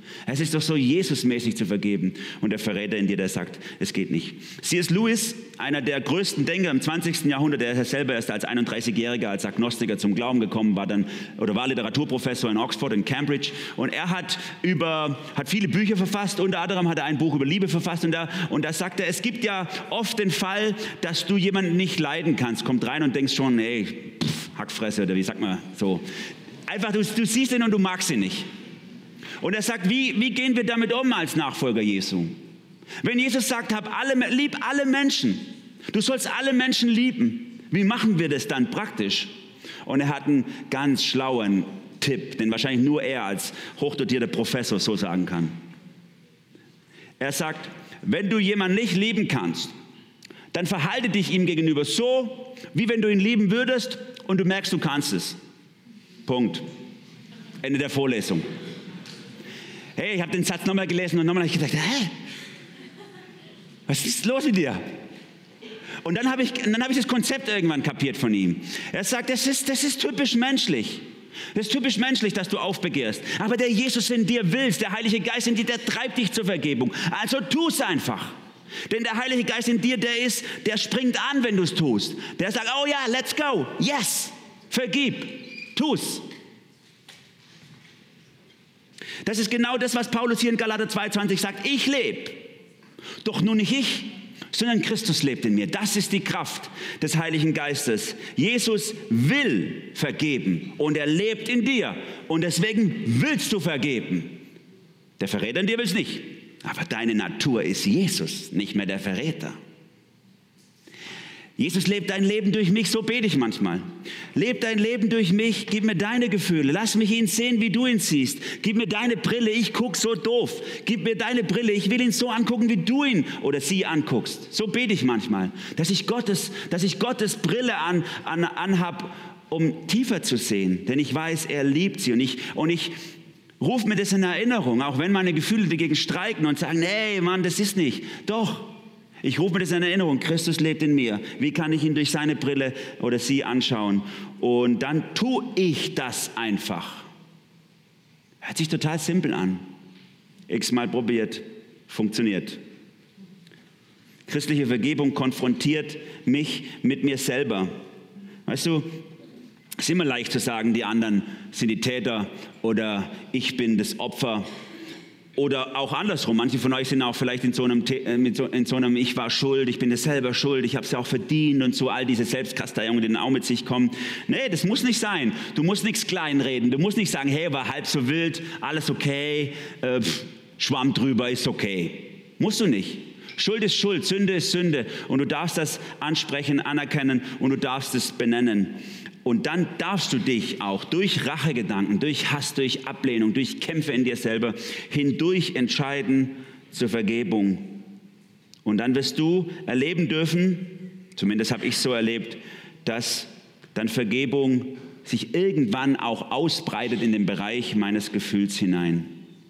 Es ist doch so Jesusmäßig zu vergeben. Und der Verräter in dir, der sagt, es geht nicht. C.S. Lewis, einer der größten Denker im 20. Jahrhundert, der ist selber erst als 31-Jähriger, als Agnostiker zum Glauben gekommen, war Literaturprofessor in Oxford, in Cambridge. Und er hat viele Bücher verfasst, unter anderem hat er ein Buch über Liebe verfasst. Und da sagt er, es gibt ja oft den Fall, dass du jemanden nicht leiden kannst. Kommt rein und denkst schon, ey, Hackfresse oder wie sagt man so. Einfach, du siehst ihn und du magst ihn nicht. Und er sagt, wie gehen wir damit um als Nachfolger Jesu? Wenn Jesus sagt, lieb alle Menschen, du sollst alle Menschen lieben, wie machen wir das dann praktisch? Und er hat einen ganz schlauen Tipp, den wahrscheinlich nur er als hochdotierter Professor so sagen kann. Er sagt, wenn du jemanden nicht lieben kannst, dann verhalte dich ihm gegenüber so, wie wenn du ihn lieben würdest und du merkst, du kannst es. Punkt. Ende der Vorlesung. Hey, ich habe den Satz nochmal gelesen und nochmal habe ich gedacht, was ist los mit dir? Und dann habe ich das Konzept irgendwann kapiert von ihm. Er sagt, das ist typisch menschlich. Das ist typisch menschlich, dass du aufbegehrst. Aber der Jesus in dir willst, der Heilige Geist in dir, der treibt dich zur Vergebung. Also tu es einfach. Denn der Heilige Geist in dir, der springt an, wenn du es tust. Der sagt, oh ja, let's go. Yes, vergib, tu's. Das ist genau das, was Paulus hier in Galater 2,20 sagt. Ich lebe, doch nun nicht ich, sondern Christus lebt in mir. Das ist die Kraft des Heiligen Geistes. Jesus will vergeben und er lebt in dir. Und deswegen willst du vergeben. Der Verräter in dir will es nicht. Aber deine Natur ist Jesus, nicht mehr der Verräter. Jesus lebt dein Leben durch mich, so bete ich manchmal. Leb dein Leben durch mich, gib mir deine Gefühle, lass mich ihn sehen, wie du ihn siehst. Gib mir deine Brille, ich gucke so doof. Gib mir deine Brille, ich will ihn so angucken, wie du ihn oder sie anguckst. So bete ich manchmal, dass ich Gottes Brille anhab, um tiefer zu sehen. Denn ich weiß, er liebt sie und ich rufe mir das in Erinnerung, auch wenn meine Gefühle dagegen streiken und sagen, nee, Mann, das ist nicht. Doch. Ich rufe mir das in Erinnerung, Christus lebt in mir. Wie kann ich ihn durch seine Brille oder sie anschauen? Und dann tue ich das einfach. Hört sich total simpel an. X-mal probiert, funktioniert. Christliche Vergebung konfrontiert mich mit mir selber. Weißt du, es ist immer leicht zu sagen, die anderen sind die Täter oder ich bin das Opfer. Oder auch andersrum, manche von euch sind auch vielleicht in so einem ich war schuld, ich bin es selber schuld, ich habe es ja auch verdient und so, all diese Selbstkasteiungen, die dann auch mit sich kommen. Nee, das muss nicht sein. Du musst nichts kleinreden, du musst nicht sagen, hey, war halb so wild, alles okay, Schwamm drüber, ist okay. Musst du nicht. Schuld ist Schuld, Sünde ist Sünde und du darfst das ansprechen, anerkennen und du darfst es benennen. Und dann darfst du dich auch durch Rachegedanken, durch Hass, durch Ablehnung, durch Kämpfe in dir selber hindurch entscheiden zur Vergebung. Und dann wirst du erleben dürfen, zumindest habe ich es so erlebt, dass dann Vergebung sich irgendwann auch ausbreitet in den Bereich meines Gefühls hinein.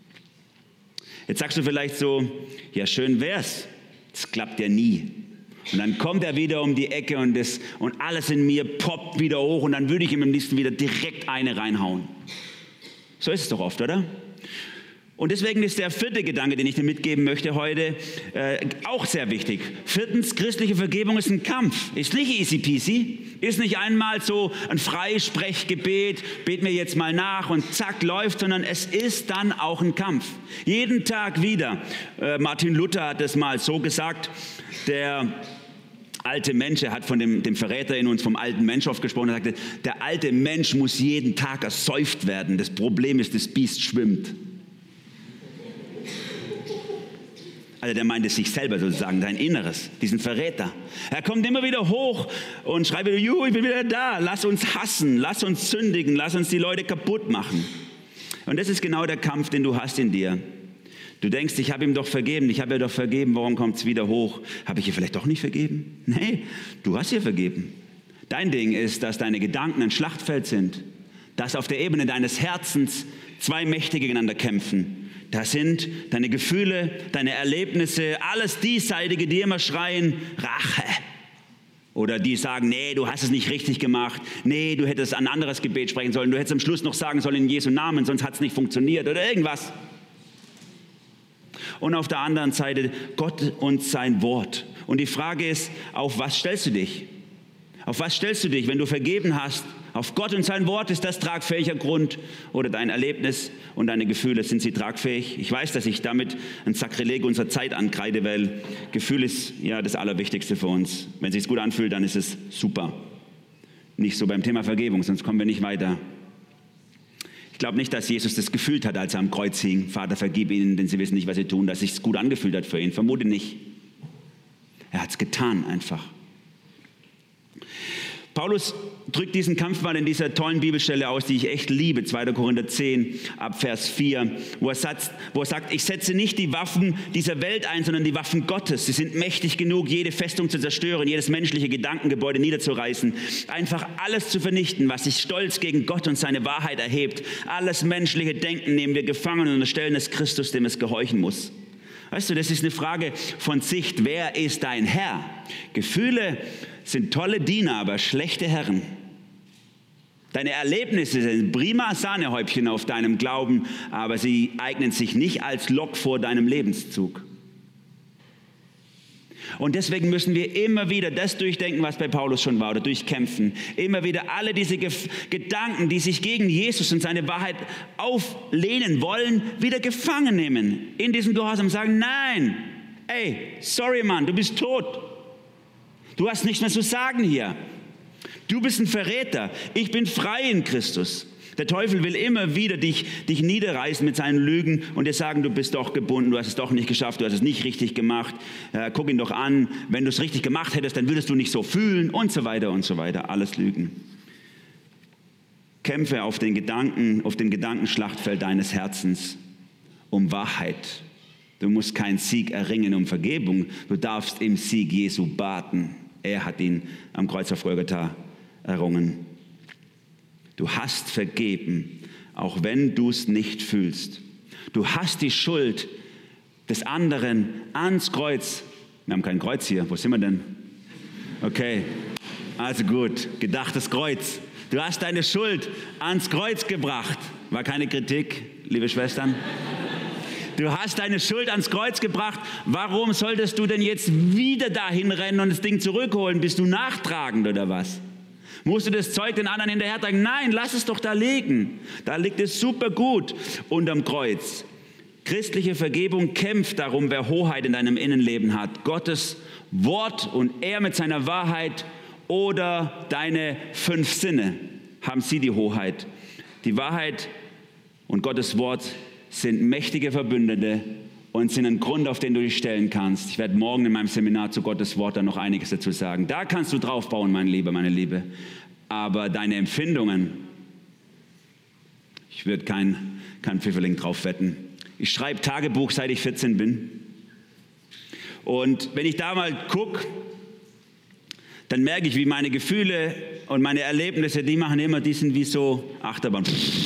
Jetzt sagst du vielleicht so, ja schön wär's, das klappt ja nie. Und dann kommt er wieder um die Ecke und alles in mir poppt wieder hoch und dann würde ich ihm am liebsten wieder direkt eine reinhauen. So ist es doch oft, oder? Und deswegen ist der vierte Gedanke, den ich dir mitgeben möchte heute, auch sehr wichtig. Viertens, christliche Vergebung ist ein Kampf. Ist nicht easy peasy. Ist nicht einmal so ein Freisprechgebet, bet mir jetzt mal nach und zack, läuft, sondern es ist dann auch ein Kampf. Jeden Tag wieder. Martin Luther hat es mal so gesagt, der alte Mensch, er hat von dem Verräter in uns, vom alten Mensch oft gesprochen, er sagte, der alte Mensch muss jeden Tag ersäuft werden. Das Problem ist, das Biest schwimmt. Also der meinte sich selber sozusagen, sein Inneres, diesen Verräter. Er kommt immer wieder hoch und schreit wieder, juhu, ich bin wieder da. Lass uns hassen, lass uns sündigen, lass uns die Leute kaputt machen. Und das ist genau der Kampf, den du hast in dir. Du denkst, ich habe ihm doch vergeben, warum kommt es wieder hoch? Habe ich ihr vielleicht doch nicht vergeben? Nee, du hast ihr vergeben. Dein Ding ist, dass deine Gedanken ein Schlachtfeld sind, dass auf der Ebene deines Herzens zwei Mächte gegeneinander kämpfen. Das sind deine Gefühle, deine Erlebnisse, alles Diesseitige, die immer schreien, Rache. Oder die sagen, nee, du hast es nicht richtig gemacht. Nee, du hättest ein anderes Gebet sprechen sollen. Du hättest am Schluss noch sagen sollen, in Jesu Namen, sonst hat es nicht funktioniert oder irgendwas. und auf der anderen Seite Gott und sein Wort. Und die Frage ist, auf was stellst du dich? Auf was stellst du dich, wenn du vergeben hast? Auf Gott und sein Wort, ist das tragfähiger Grund? Oder dein Erlebnis und deine Gefühle, sind sie tragfähig? Ich weiß, dass ich damit ein Sakrileg unserer Zeit ankreide, weil Gefühl ist ja das Allerwichtigste für uns. Wenn es sich gut anfühlt, dann ist es super. Nicht so beim Thema Vergebung, sonst kommen wir nicht weiter. Ich glaube nicht, dass Jesus das gefühlt hat, als er am Kreuz hing. Vater, vergib ihnen, denn sie wissen nicht, was sie tun. Dass es sich gut angefühlt hat für ihn. Vermute nicht. Er hat es getan einfach. Paulus drückt diesen Kampf mal in dieser tollen Bibelstelle aus, die ich echt liebe, 2. Korinther 10, ab Vers 4, wo er sagt, ich setze nicht die Waffen dieser Welt ein, sondern die Waffen Gottes. Sie sind mächtig genug, jede Festung zu zerstören, jedes menschliche Gedankengebäude niederzureißen, einfach alles zu vernichten, was sich stolz gegen Gott und seine Wahrheit erhebt. Alles menschliche Denken nehmen wir gefangen und unterstellen es Christus, dem es gehorchen muss. Weißt du, das ist eine Frage von Sicht. Wer ist dein Herr? Gefühle sind tolle Diener, aber schlechte Herren. Deine Erlebnisse sind prima Sahnehäubchen auf deinem Glauben, aber sie eignen sich nicht als Lok vor deinem Lebenszug. Und deswegen müssen wir immer wieder das durchdenken, was bei Paulus schon war, oder durchkämpfen. Immer wieder alle diese Gedanken, die sich gegen Jesus und seine Wahrheit auflehnen wollen, wieder gefangen nehmen. In diesem Gehorsam sagen, nein, ey, sorry Mann, du bist tot. Du hast nichts mehr zu sagen hier. Du bist ein Verräter. Ich bin frei in Christus. Der Teufel will immer wieder dich niederreißen mit seinen Lügen und dir sagen, du bist doch gebunden, du hast es doch nicht geschafft, du hast es nicht richtig gemacht. Guck ihn doch an. Wenn du es richtig gemacht hättest, dann würdest du nicht so fühlen und so weiter und so weiter. Alles Lügen. Kämpfe auf dem Gedankenschlachtfeld deines Herzens um Wahrheit. Du musst keinen Sieg erringen um Vergebung. Du darfst im Sieg Jesu baten. Er hat ihn am Kreuz auf Golgatha errungen. Du hast vergeben, auch wenn du es nicht fühlst. Du hast die Schuld des anderen ans Kreuz. Wir haben kein Kreuz hier. Wo sind wir denn? Okay, also gut. Gedachtes Kreuz. Du hast deine Schuld ans Kreuz gebracht. War keine Kritik, liebe Schwestern. Du hast deine Schuld ans Kreuz gebracht. Warum solltest du denn jetzt wieder dahin rennen und das Ding zurückholen? Bist du nachtragend oder was? Musst du das Zeug den anderen hinterher tragen? Nein, lass es doch da liegen. Da liegt es super gut unterm Kreuz. Christliche Vergebung kämpft darum, wer Hoheit in deinem Innenleben hat. Gottes Wort und er mit seiner Wahrheit oder deine 5 Sinne haben sie die Hoheit. Die Wahrheit und Gottes Wort sind mächtige Verbündete und sind ein Grund, auf den du dich stellen kannst. Ich werde morgen in meinem Seminar zu Gottes Wort dann noch einiges dazu sagen. Da kannst du drauf bauen, mein Lieber, meine Liebe. Aber deine Empfindungen, ich würde kein Pfifferling drauf wetten. Ich schreibe Tagebuch, seit ich 14 bin. Und wenn ich da mal gucke, dann merke ich, wie meine Gefühle und meine Erlebnisse, die sind wie so Achterbahn.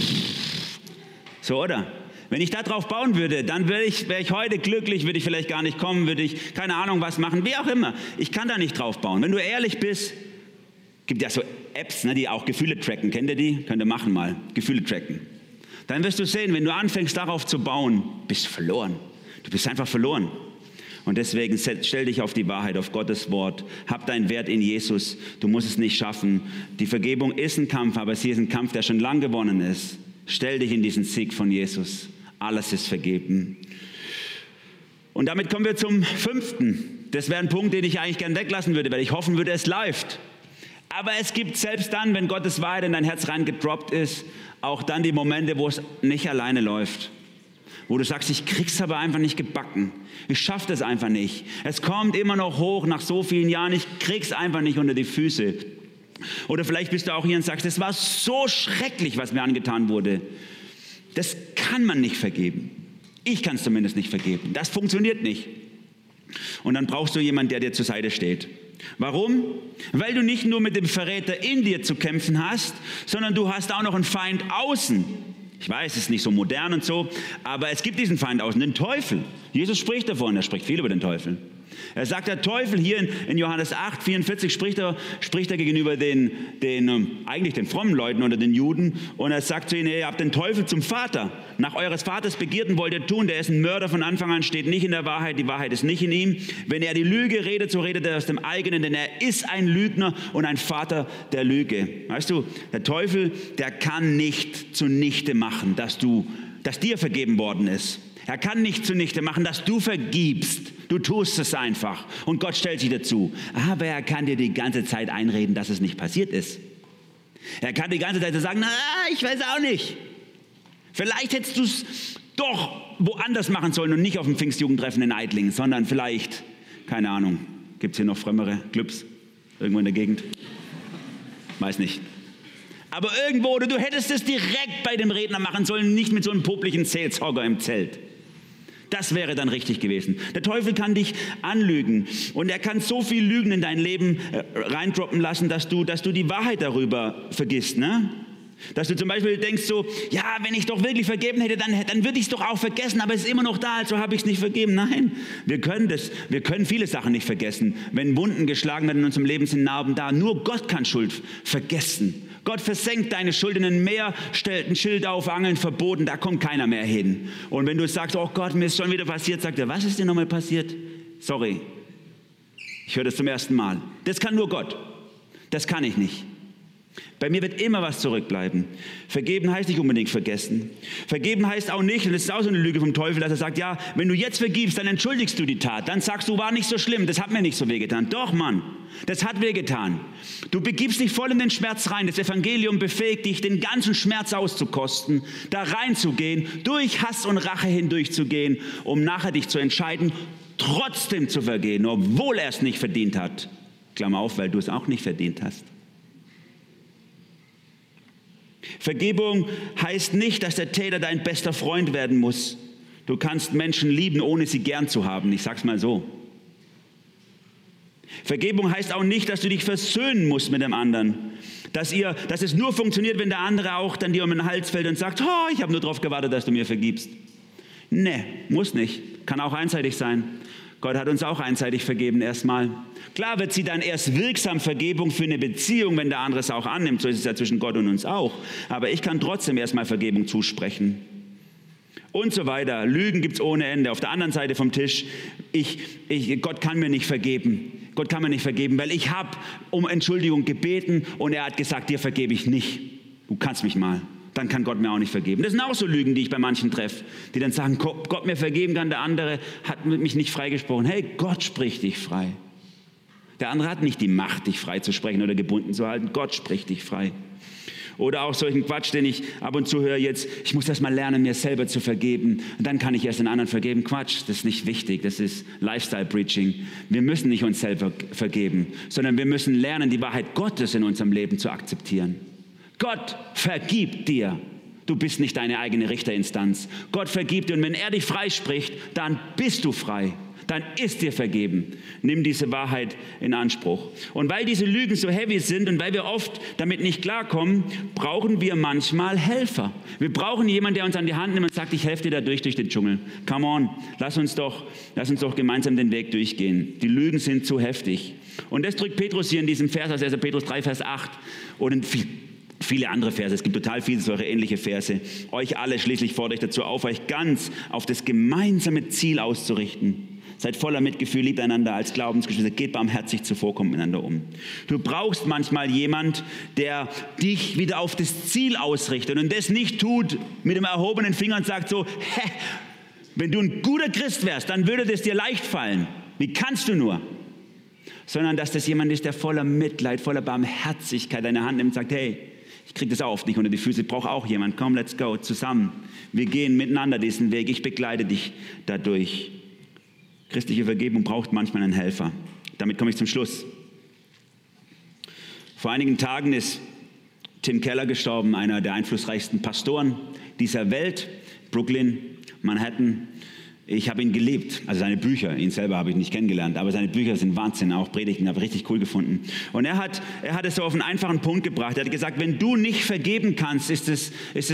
So, oder? Wenn ich da drauf bauen würde, dann wäre ich heute glücklich, würde ich vielleicht gar nicht kommen, würde ich keine Ahnung was machen, wie auch immer. Ich kann da nicht drauf bauen. Wenn du ehrlich bist, gibt ja so Apps, ne, die auch Gefühle tracken. Kennt ihr die? Könnt ihr machen mal. Gefühle tracken. Dann wirst du sehen, wenn du anfängst darauf zu bauen, bist du verloren. Du bist einfach verloren. Und deswegen stell dich auf die Wahrheit, auf Gottes Wort. Hab deinen Wert in Jesus. Du musst es nicht schaffen. Die Vergebung ist ein Kampf, aber sie ist ein Kampf, der schon lang gewonnen ist. Stell dich in diesen Sieg von Jesus. Alles ist vergeben. Und damit kommen wir zum 5. Das wäre ein Punkt, den ich eigentlich gern weglassen würde, weil ich hoffen würde, es läuft. Aber es gibt selbst dann, wenn Gottes Wahrheit in dein Herz reingedroppt ist, auch dann die Momente, wo es nicht alleine läuft. Wo du sagst, ich krieg's aber einfach nicht gebacken. Ich schaffe das einfach nicht. Es kommt immer noch hoch nach so vielen Jahren, ich krieg's einfach nicht unter die Füße. Oder vielleicht bist du auch hier und sagst, es war so schrecklich, was mir angetan wurde. Das kann man nicht vergeben. Ich kann es zumindest nicht vergeben. Das funktioniert nicht. Und dann brauchst du jemanden, der dir zur Seite steht. Warum? Weil du nicht nur mit dem Verräter in dir zu kämpfen hast, sondern du hast auch noch einen Feind außen. Ich weiß, es ist nicht so modern und so, aber es gibt diesen Feind außen, den Teufel. Jesus spricht davon, er spricht viel über den Teufel. Er sagt, der Teufel hier in Johannes 8, 44 spricht er gegenüber eigentlich den frommen Leuten oder den Juden. Und er sagt zu ihnen, ihr habt den Teufel zum Vater. Nach eures Vaters Begierden wollt ihr tun. Der ist ein Mörder von Anfang an, steht nicht in der Wahrheit. Die Wahrheit ist nicht in ihm. Wenn er die Lüge redet, so redet er aus dem eigenen, denn er ist ein Lügner und ein Vater der Lüge. Weißt du, der Teufel, der kann nicht zunichte machen, dass dir vergeben worden ist. Er kann nicht zunichte machen, dass du vergibst. Du tust es einfach. Und Gott stellt sich dazu. Aber er kann dir die ganze Zeit einreden, dass es nicht passiert ist. Er kann die ganze Zeit sagen, na, ich weiß auch nicht. Vielleicht hättest du es doch woanders machen sollen und nicht auf dem Pfingstjugendtreffen in Eitlingen, sondern vielleicht, keine Ahnung, gibt es hier noch frömmere Clubs irgendwo in der Gegend? Weiß nicht. Aber irgendwo, oder du hättest es direkt bei dem Redner machen sollen, nicht mit so einem popeligen Seelsorger im Zelt. Das wäre dann richtig gewesen. Der Teufel kann dich anlügen und er kann so viel Lügen in dein Leben reindroppen lassen, dass du die Wahrheit darüber vergisst, ne? Dass du zum Beispiel denkst so, ja, wenn ich doch wirklich vergeben hätte, dann würde ich es doch auch vergessen, aber es ist immer noch da, also habe ich es nicht vergeben. Nein, wir können viele Sachen nicht vergessen. Wenn Wunden geschlagen werden in unserem Leben, sind Narben da. Nur Gott kann Schuld vergessen. Gott versenkt deine Schuld in ein Meer, stellt ein Schild auf, Angeln verboten, da kommt keiner mehr hin. Und wenn du sagst, oh Gott, mir ist schon wieder passiert, sagt er, was ist dir nochmal passiert? Sorry, ich höre das zum ersten Mal. Das kann nur Gott, das kann ich nicht. Bei mir wird immer was zurückbleiben. Vergeben heißt nicht unbedingt vergessen. Vergeben heißt auch nicht, und das ist auch so eine Lüge vom Teufel, dass er sagt, ja, wenn du jetzt vergibst, dann entschuldigst du die Tat. Dann sagst du, war nicht so schlimm, das hat mir nicht so wehgetan. Doch, Mann, das hat wehgetan. Du begibst dich voll in den Schmerz rein. Das Evangelium befähigt dich, den ganzen Schmerz auszukosten, da reinzugehen, durch Hass und Rache hindurchzugehen, um nachher dich zu entscheiden, trotzdem zu vergehen, obwohl er es nicht verdient hat. Klammer auf, weil du es auch nicht verdient hast. Vergebung heißt nicht, dass der Täter dein bester Freund werden muss. Du kannst Menschen lieben, ohne sie gern zu haben. Ich sag's mal so. Vergebung heißt auch nicht, dass du dich versöhnen musst mit dem anderen. Dass es nur funktioniert, wenn der andere auch dann dir um den Hals fällt und sagt, oh, ich habe nur darauf gewartet, dass du mir vergibst. Nee, muss nicht. Kann auch einseitig sein. Gott hat uns auch einseitig vergeben erstmal. Klar wird sie dann erst wirksam Vergebung für eine Beziehung, wenn der andere es auch annimmt. So ist es ja zwischen Gott und uns auch. Aber ich kann trotzdem erstmal Vergebung zusprechen. Und so weiter. Lügen gibt es ohne Ende. Auf der anderen Seite vom Tisch, Gott kann mir nicht vergeben. Gott kann mir nicht vergeben, weil ich habe um Entschuldigung gebeten und er hat gesagt, dir vergebe ich nicht. Du kannst mich mal. Dann kann Gott mir auch nicht vergeben. Das sind auch so Lügen, die ich bei manchen treffe, die dann sagen, Gott mir vergeben kann, der andere hat mich nicht freigesprochen. Hey, Gott spricht dich frei. Der andere hat nicht die Macht, dich frei zu sprechen oder gebunden zu halten. Gott spricht dich frei. Oder auch solchen Quatsch, den ich ab und zu höre jetzt, ich muss erst mal lernen, mir selber zu vergeben. Und dann kann ich erst den anderen vergeben. Quatsch, das ist nicht wichtig. Das ist Lifestyle-Preaching. Wir müssen nicht uns selber vergeben, sondern wir müssen lernen, die Wahrheit Gottes in unserem Leben zu akzeptieren. Gott vergibt dir. Du bist nicht deine eigene Richterinstanz. Gott vergibt dir und wenn er dich freispricht, dann bist du frei. Dann ist dir vergeben. Nimm diese Wahrheit in Anspruch. Und weil diese Lügen so heavy sind und weil wir oft damit nicht klarkommen, brauchen wir manchmal Helfer. Wir brauchen jemanden, der uns an die Hand nimmt und sagt, ich helfe dir da durch den Dschungel. Come on, lass uns doch gemeinsam den Weg durchgehen. Die Lügen sind zu heftig. Und das drückt Petrus hier in diesem Vers aus 1. Petrus 3, Vers 8 und in viele andere Verse, es gibt total viele solche ähnliche Verse. Euch alle schließlich fordere ich dazu auf, euch ganz auf das gemeinsame Ziel auszurichten. Seid voller Mitgefühl, liebt einander als Glaubensgeschwister, geht barmherzig zuvor, kommt miteinander um. Du brauchst manchmal jemand, der dich wieder auf das Ziel ausrichtet und das nicht tut mit dem erhobenen Finger und sagt so, wenn du ein guter Christ wärst, dann würde das dir leicht fallen. Wie kannst du nur? Sondern dass das jemand ist, der voller Mitleid, voller Barmherzigkeit deine Hand nimmt und sagt, hey, ich kriege das auch oft nicht unter die Füße, ich brauche auch jemand. Komm, let's go, zusammen. Wir gehen miteinander diesen Weg, ich begleite dich dadurch. Christliche Vergebung braucht manchmal einen Helfer. Damit komme ich zum Schluss. Vor einigen Tagen ist Tim Keller gestorben, einer der einflussreichsten Pastoren dieser Welt, Brooklyn, Manhattan. Ich habe ihn geliebt, also seine Bücher, ihn selber habe ich nicht kennengelernt, aber seine Bücher sind Wahnsinn, auch Predigten, habe ich richtig cool gefunden. Und er hat es so auf einen einfachen Punkt gebracht. Er hat gesagt, wenn du nicht vergeben kannst, ist es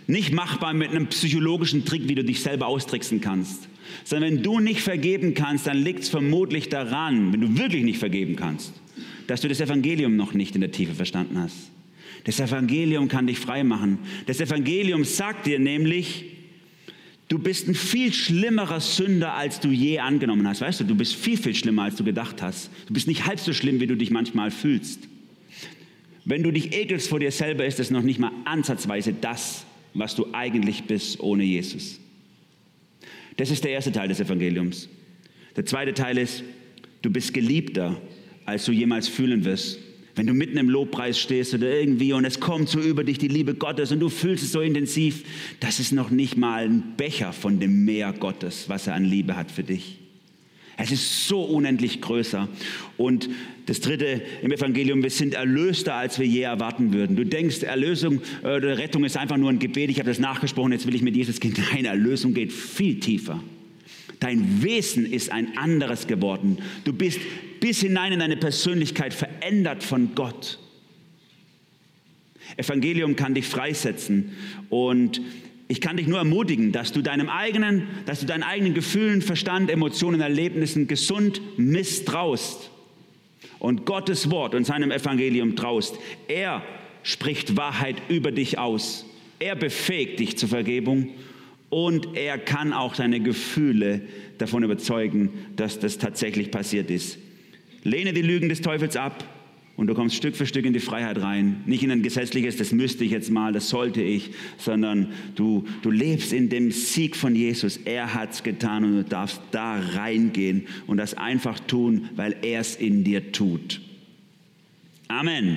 nicht machbar mit einem psychologischen Trick, wie du dich selber austricksen kannst. Sondern wenn du nicht vergeben kannst, dann liegt es vermutlich daran, wenn du wirklich nicht vergeben kannst, dass du das Evangelium noch nicht in der Tiefe verstanden hast. Das Evangelium kann dich frei machen. Das Evangelium sagt dir nämlich, du bist ein viel schlimmerer Sünder, als du je angenommen hast. Weißt du, du bist viel, viel schlimmer, als du gedacht hast. Du bist nicht halb so schlimm, wie du dich manchmal fühlst. Wenn du dich ekelst vor dir selber, ist es noch nicht mal ansatzweise das, was du eigentlich bist ohne Jesus. Das ist der erste Teil des Evangeliums. Der zweite Teil ist, du bist geliebter, als du jemals fühlen wirst. Wenn du mitten im Lobpreis stehst oder irgendwie und es kommt so über dich die Liebe Gottes und du fühlst es so intensiv, das ist noch nicht mal ein Becher von dem Meer Gottes, was er an Liebe hat für dich. Es ist so unendlich größer. Und das dritte im Evangelium, wir sind erlöster, als wir je erwarten würden. Du denkst, Erlösung oder Rettung ist einfach nur ein Gebet. Ich habe das nachgesprochen, jetzt will ich mit Jesus gehen. Nein, Erlösung geht viel tiefer. Dein Wesen ist ein anderes geworden. Du bist bis hinein in deine Persönlichkeit verändert von Gott. Evangelium kann dich freisetzen und ich kann dich nur ermutigen, dass du deinen eigenen Gefühlen, Verstand, Emotionen, Erlebnissen gesund misstraust und Gottes Wort und seinem Evangelium traust. Er spricht Wahrheit über dich aus. Er befähigt dich zur Vergebung und er kann auch deine Gefühle davon überzeugen, dass das tatsächlich passiert ist. Lehne die Lügen des Teufels ab. Und du kommst Stück für Stück in die Freiheit rein. Nicht in ein gesetzliches, das müsste ich jetzt mal, das sollte ich, sondern du lebst in dem Sieg von Jesus. Er hat es getan und du darfst da reingehen und das einfach tun, weil er es in dir tut. Amen.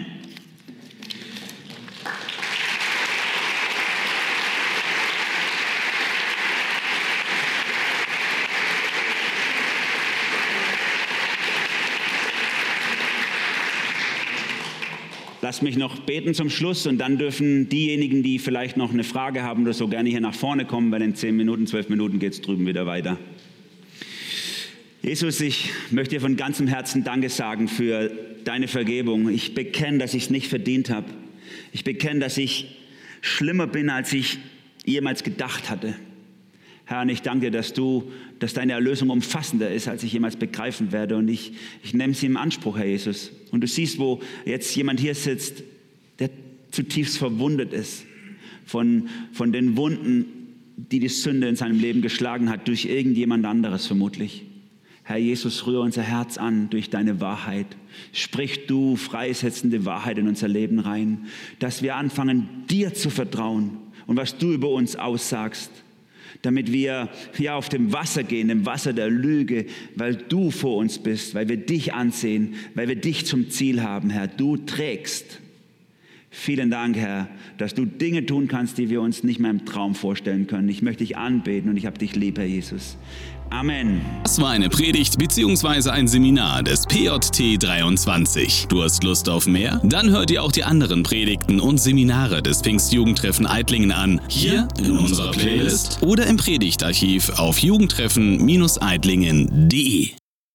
Lass mich noch beten zum Schluss und dann dürfen diejenigen, die vielleicht noch eine Frage haben oder so, gerne hier nach vorne kommen, weil in 10 Minuten, 12 Minuten geht es drüben wieder weiter. Jesus, ich möchte dir von ganzem Herzen Danke sagen für deine Vergebung. Ich bekenne, dass ich es nicht verdient habe. Ich bekenne, dass ich schlimmer bin, als ich jemals gedacht hatte. Herr, und ich danke dir, dass deine Erlösung umfassender ist, als ich jemals begreifen werde. Und ich nehme sie im Anspruch, Herr Jesus. Und du siehst, wo jetzt jemand hier sitzt, der zutiefst verwundet ist von den Wunden, die die Sünde in seinem Leben geschlagen hat, durch irgendjemand anderes vermutlich. Herr Jesus, rühre unser Herz an durch deine Wahrheit. Sprich du freisetzende Wahrheit in unser Leben rein, dass wir anfangen, dir zu vertrauen und was du über uns aussagst. Damit wir auf dem Wasser gehen, dem Wasser der Lüge, weil du vor uns bist, weil wir dich ansehen, weil wir dich zum Ziel haben, Herr. Du trägst. Vielen Dank, Herr, dass du Dinge tun kannst, die wir uns nicht mehr im Traum vorstellen können. Ich möchte dich anbeten und ich habe dich lieb, Herr Jesus. Amen. Das war eine Predigt bzw. ein Seminar des PJT 23. Du hast Lust auf mehr? Dann hör dir auch die anderen Predigten und Seminare des Pfingstjugendtreffen Eitlingen an, hier in unserer Playlist oder im Predigtarchiv auf jugendtreffen-eitlingen.de.